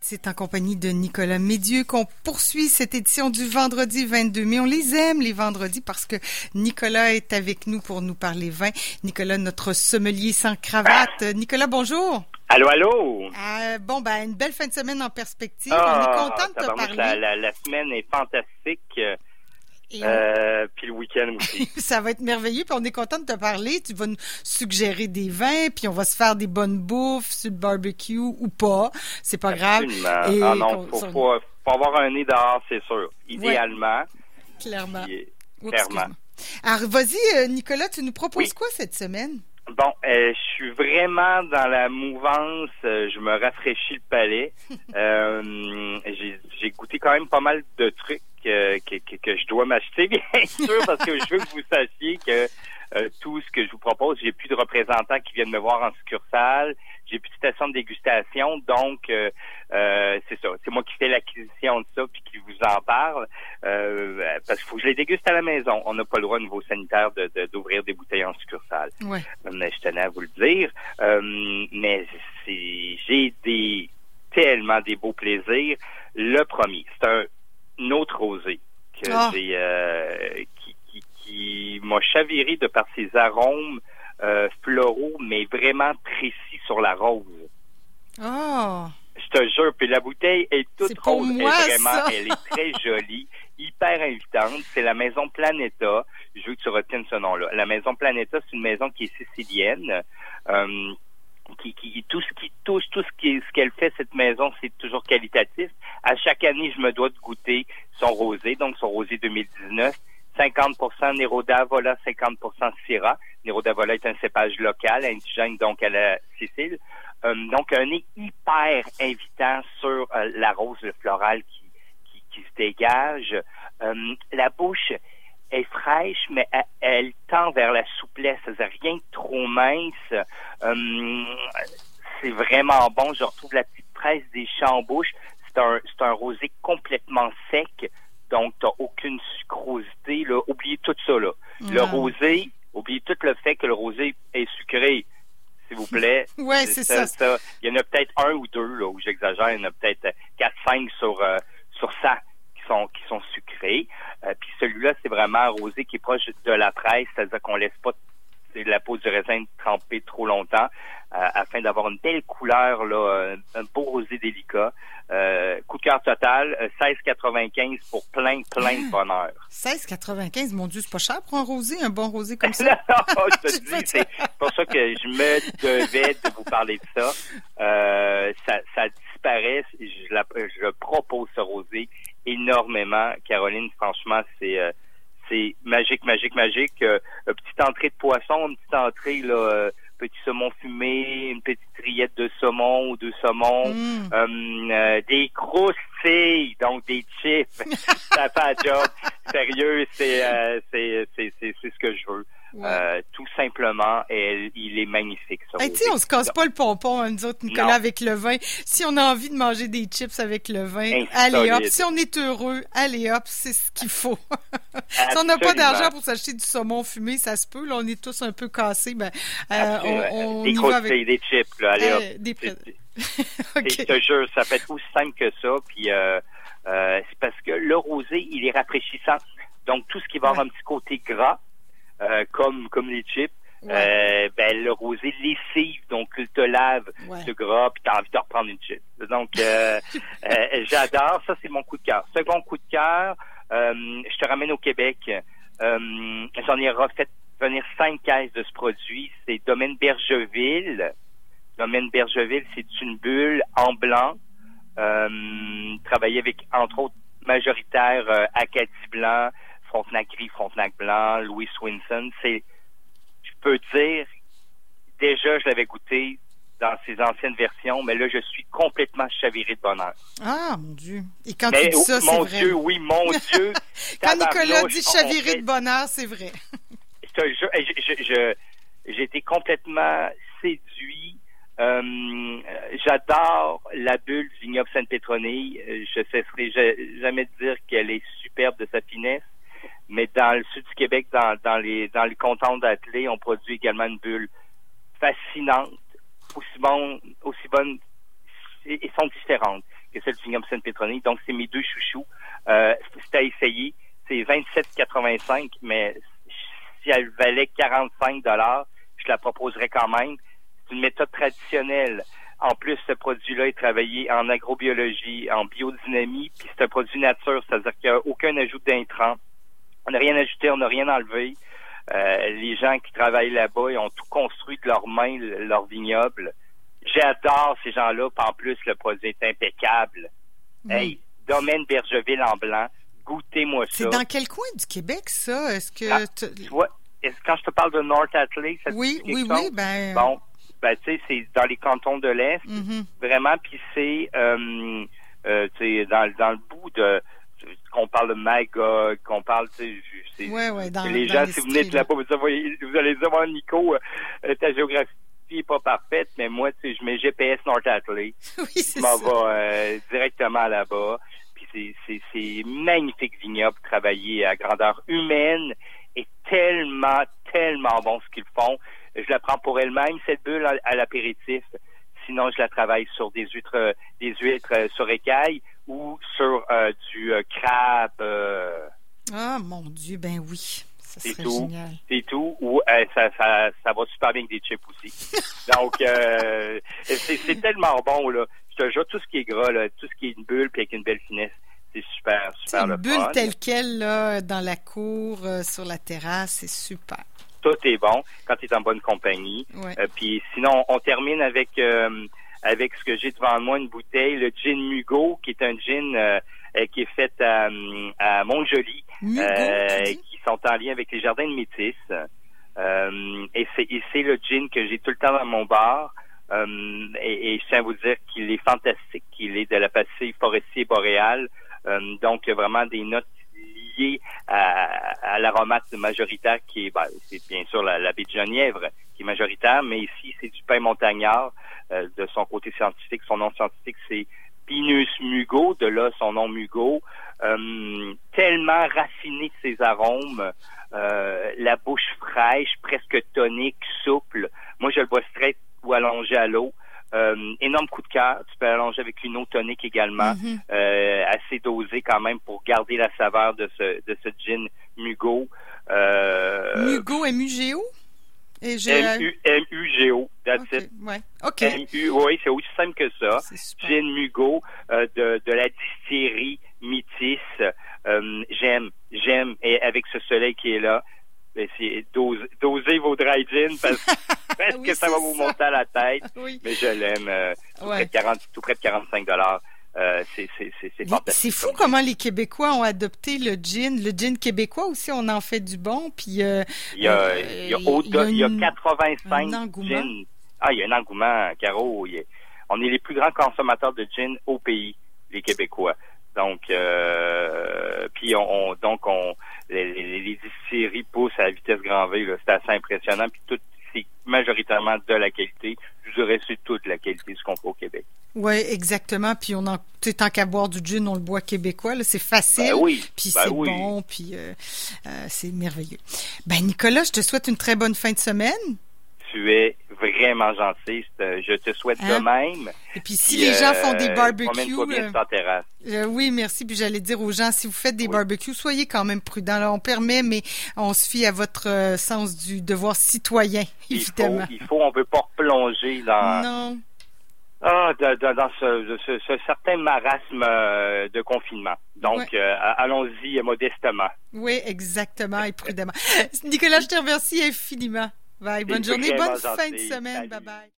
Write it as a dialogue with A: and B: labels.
A: C'est en compagnie de Nicolas Médieux qu'on poursuit cette édition du vendredi 22 mai. On les aime, les vendredis, parce que Nicolas est avec nous pour nous parler vin. Nicolas, notre sommelier sans cravate. Nicolas, bonjour.
B: Allô, allô.
A: Une belle fin de semaine en perspective. On est content de te parler.
B: La semaine est fantastique. Puis le week-end aussi.
A: Ça va être merveilleux, puis on est content de te parler. Tu vas nous suggérer des vins, puis on va se faire des bonnes bouffes sur le barbecue ou pas. C'est pas grave.
B: Absolument. Faut avoir un nez dehors, c'est sûr. Idéalement.
A: Ouais. Clairement.
B: Clairement.
A: Alors, vas-y, Nicolas, tu nous proposes quoi cette semaine?
B: Bon, je suis vraiment dans la mouvance. Je me rafraîchis le palais. J'ai goûté quand même pas mal de trucs que je dois m'acheter, bien sûr, parce que je veux que vous sachiez que tout ce que je vous propose, j'ai plus de représentants qui viennent me voir en succursale, j'ai plus de station de dégustation, donc c'est ça. C'est moi qui fais l'acquisition de ça puis qui vous en parle, parce qu'il faut que je les déguste à la maison. On n'a pas le droit au niveau sanitaire d'ouvrir des bouteilles en succursale.
A: Ouais.
B: Mais je tenais à vous le dire. Mais j'ai tellement des beaux plaisirs. Le premier, c'est un autre rosé que j'ai qui m'a chaviré de par ses arômes floraux, mais vraiment précis sur la rose.
A: Oh!
B: Je te jure, puis la bouteille est toute rose. Elle est très jolie, hyper invitante. C'est la maison Planeta. Je veux que tu retiennes ce nom-là. La maison Planeta, c'est une maison qui est sicilienne. Ce qu'elle fait, cette maison, c'est toujours qualitatif. À chaque année, je me dois de goûter son rosé, donc son rosé 2019. 50% Nero d'Avola, 50% Syrah. Nero d'Avola est un cépage local, indigène donc à la Sicile. Donc un nez hyper invitant sur la rose, le floral qui se dégage. La bouche est fraîche, mais elle tend vers la souplesse. C'est rien de trop mince. C'est vraiment bon. Je retrouve la petite presse des champs en bouche. C'est un rosé complètement sec. Donc, t'as aucune sucrosité, là. Oubliez tout ça, là. Le rosé, oubliez tout le fait que le rosé est sucré, s'il vous plaît.
A: Ouais, c'est ça.
B: Il y en a peut-être un ou deux, là, où j'exagère. Il y en a peut-être 4-5 sur 100 qui sont sucrés. Puis celui-là, c'est vraiment un rosé qui est proche de la presse, c'est-à-dire qu'on laisse pas la peau du raisin tremper trop longtemps, afin d'avoir une belle couleur, là, un beau rosé délicat. Coup de cœur total, 16,95 pour plein de bonheur.
A: 16,95, mon Dieu, c'est pas cher pour un rosé, un bon rosé comme ça?
B: Non, je te dis, c'est pour ça que je me devais de vous parler de ça. Ça disparaît, je propose ce rosé énormément. Caroline, franchement, c'est magique. Petite entrée de poisson, une petite entrée, là, petit saumon fumé, une petite rillette de saumon ou de saumon, des croustilles, donc des chips. Ça fait un job. Sérieux, c'est ce que je veux. Ouais. Tout simplement, il est magnifique, ça.
A: Tu sais, on se casse pas le pompon, hein, nous autres, Nicolas, avec le vin. Si on a envie de manger des chips avec le vin, allez hop. Si on est heureux, allez hop, c'est ce qu'il faut. Si on n'a pas d'argent pour s'acheter du saumon fumé, ça se peut. Là, on est tous un peu cassés. On
B: des
A: y va avec
B: des chips, là, allez hop.
A: Okay.
B: Je te jure, ça peut être aussi simple que ça. Puis c'est parce que le rosé, il est rafraîchissant. Donc tout ce qui va avoir un petit côté gras. Comme les chips, le rosé lessive, donc il te lave ce gras, puis t'as envie de reprendre une chip. Donc, j'adore. Ça, c'est mon coup de cœur. Second coup de cœur, je te ramène au Québec. J'en ai refait venir 5 caisses de ce produit. C'est Domaine Bergeville. Domaine Bergeville, c'est une bulle en blanc. Travaillé avec, entre autres, majoritaire Acadie Blanc, Frontenac gris, Frontenac blanc, Louis Swinson. Je peux dire, déjà, je l'avais goûté dans ses anciennes versions, mais là, je suis complètement chaviré de bonheur.
A: Ah, mon Dieu. Et quand tu dis ça, c'est vrai.
B: Mon Dieu, oui, mon Dieu.
A: Quand Nicolas dit chaviré de bonheur, c'est vrai.
B: J'ai été complètement séduit. J'adore la bulle du vignoble Sainte-Pétronille. Je cesserai jamais de dire qu'elle est superbe de sa finesse. Mais dans le sud du Québec, dans les cantons d'Attelé, on produit également une bulle fascinante, aussi bonne, et sont différentes. que celle du vignoble Sainte-Pétronille. Donc, c'est mes deux chouchous. C'est à essayer. C'est 27,85, mais si elle valait 45 $, je la proposerais quand même. C'est une méthode traditionnelle. En plus, ce produit-là est travaillé en agrobiologie, en biodynamie, puis c'est un produit nature, c'est-à-dire qu'il n'y a aucun ajout d'intrants. On n'a rien ajouté, on n'a rien enlevé. Les gens qui travaillent là-bas, ils ont tout construit de leurs mains, leur vignoble. J'adore ces gens-là, puis en plus, le produit est impeccable. Hey, Domaine Bergeville en blanc, goûtez-moi ça.
A: C'est dans quel coin du Québec, ça? Est-ce que...
B: Tu vois, quand je te parle de North Atlee, ça te dit quelque chose?
A: ben...
B: Bon, ben, tu sais, c'est dans les cantons de l'Est, vraiment, puis c'est, tu sais, dans le bout de... qu'on parle de Magog, qu'on parle, tu sais, les gens, si vous venez de là-bas, vous allez dire, moi, Nico, ta géographie est pas parfaite, mais moi, tu sais, je mets GPS North Atlee.
A: Oui, c'est
B: ça. Je m'en vais directement là-bas. Puis c'est magnifique vignoble travaillé à grandeur humaine et tellement, tellement bon ce qu'ils font. Je la prends pour elle-même, cette bulle à l'apéritif. Sinon, je la travaille sur des huîtres sur écaille ou sur du crabe.
A: Ah, mon Dieu, ben oui. Ça serait génial.
B: C'est tout. Ou ça va super bien avec des chips aussi. Donc, c'est tellement bon, là. Je te jure, tout ce qui est gras, là, tout ce qui est une bulle puis avec une belle finesse, c'est super, super le fun.
A: Une bulle telle quelle, là, dans la cour, sur la terrasse, c'est super.
B: Tout est bon quand tu es en bonne compagnie.
A: Ouais.
B: Puis sinon, on termine avec ce que j'ai devant moi, une bouteille, le gin Mugo, qui est un gin qui est fait à Montjoli, qui sont en lien avec les jardins de Métis. Et c'est le gin que j'ai tout le temps dans mon bar. Et je tiens à vous dire qu'il est fantastique, qu'il est de la pâtisserie forestier boréale. Donc, il y a vraiment des notes liées à l'aromate majoritaire qui est, c'est bien sûr la baie de Genièvre qui est majoritaire, mais ici, c'est du pain montagnard. De son côté scientifique, son nom scientifique, c'est Pinus Mugo, de là son nom Mugo. Tellement raffiné de ses arômes, la bouche fraîche, presque tonique, souple. Moi, je le bois straight ou allongé à l'eau. Énorme coup de cœur. Tu peux allonger avec une eau tonique également, assez dosée quand même pour garder la saveur de ce gin Mugo.
A: Mugo, M-U-G-O?
B: M-U-G-O, that's it.
A: Ouais. OK.
B: Oui, c'est aussi simple que ça. Gin Mugo, de la distillerie Métis. J'aime. Et avec ce soleil qui est là, c'est doser vos dry gin parce que ça va vous monter à la tête. Oui. Mais je l'aime. Tout près de 45 $. C'est fantastique.
A: C'est fou comment les Québécois ont adopté le gin québécois aussi, on en fait du bon, puis
B: il y a 85 gins. Ah, il y a un engouement, Caro. On est les plus grands consommateurs de gin au pays, les Québécois. Donc, puis les distilleries poussent à la vitesse grand V, là. C'est assez impressionnant, puis tout, c'est majoritairement de la qualité. Je dirais c'est toute la qualité ce qu'on fait au Québec.
A: Oui, exactement. Puis tant qu'à boire du gin, on le boit québécois. Là, c'est facile. Puis c'est bon. Puis c'est merveilleux. Ben Nicolas, je te souhaite une très bonne fin de semaine.
B: Tu es vraiment gentil. Je te souhaite de même.
A: Et puis si les gens font des barbecues...
B: oui,
A: merci. Puis j'allais dire aux gens, si vous faites des barbecues, soyez quand même prudents. Là, on permet, mais on se fie à votre sens du devoir citoyen, évidemment.
B: On ne veut pas replonger dans...
A: Non.
B: Dans ce certain marasme de confinement. Donc, allons-y modestement.
A: Oui, exactement, et prudemment. Nicolas, je te remercie infiniment. Bye. Bonne journée, bonne fin de semaine. Bye-bye.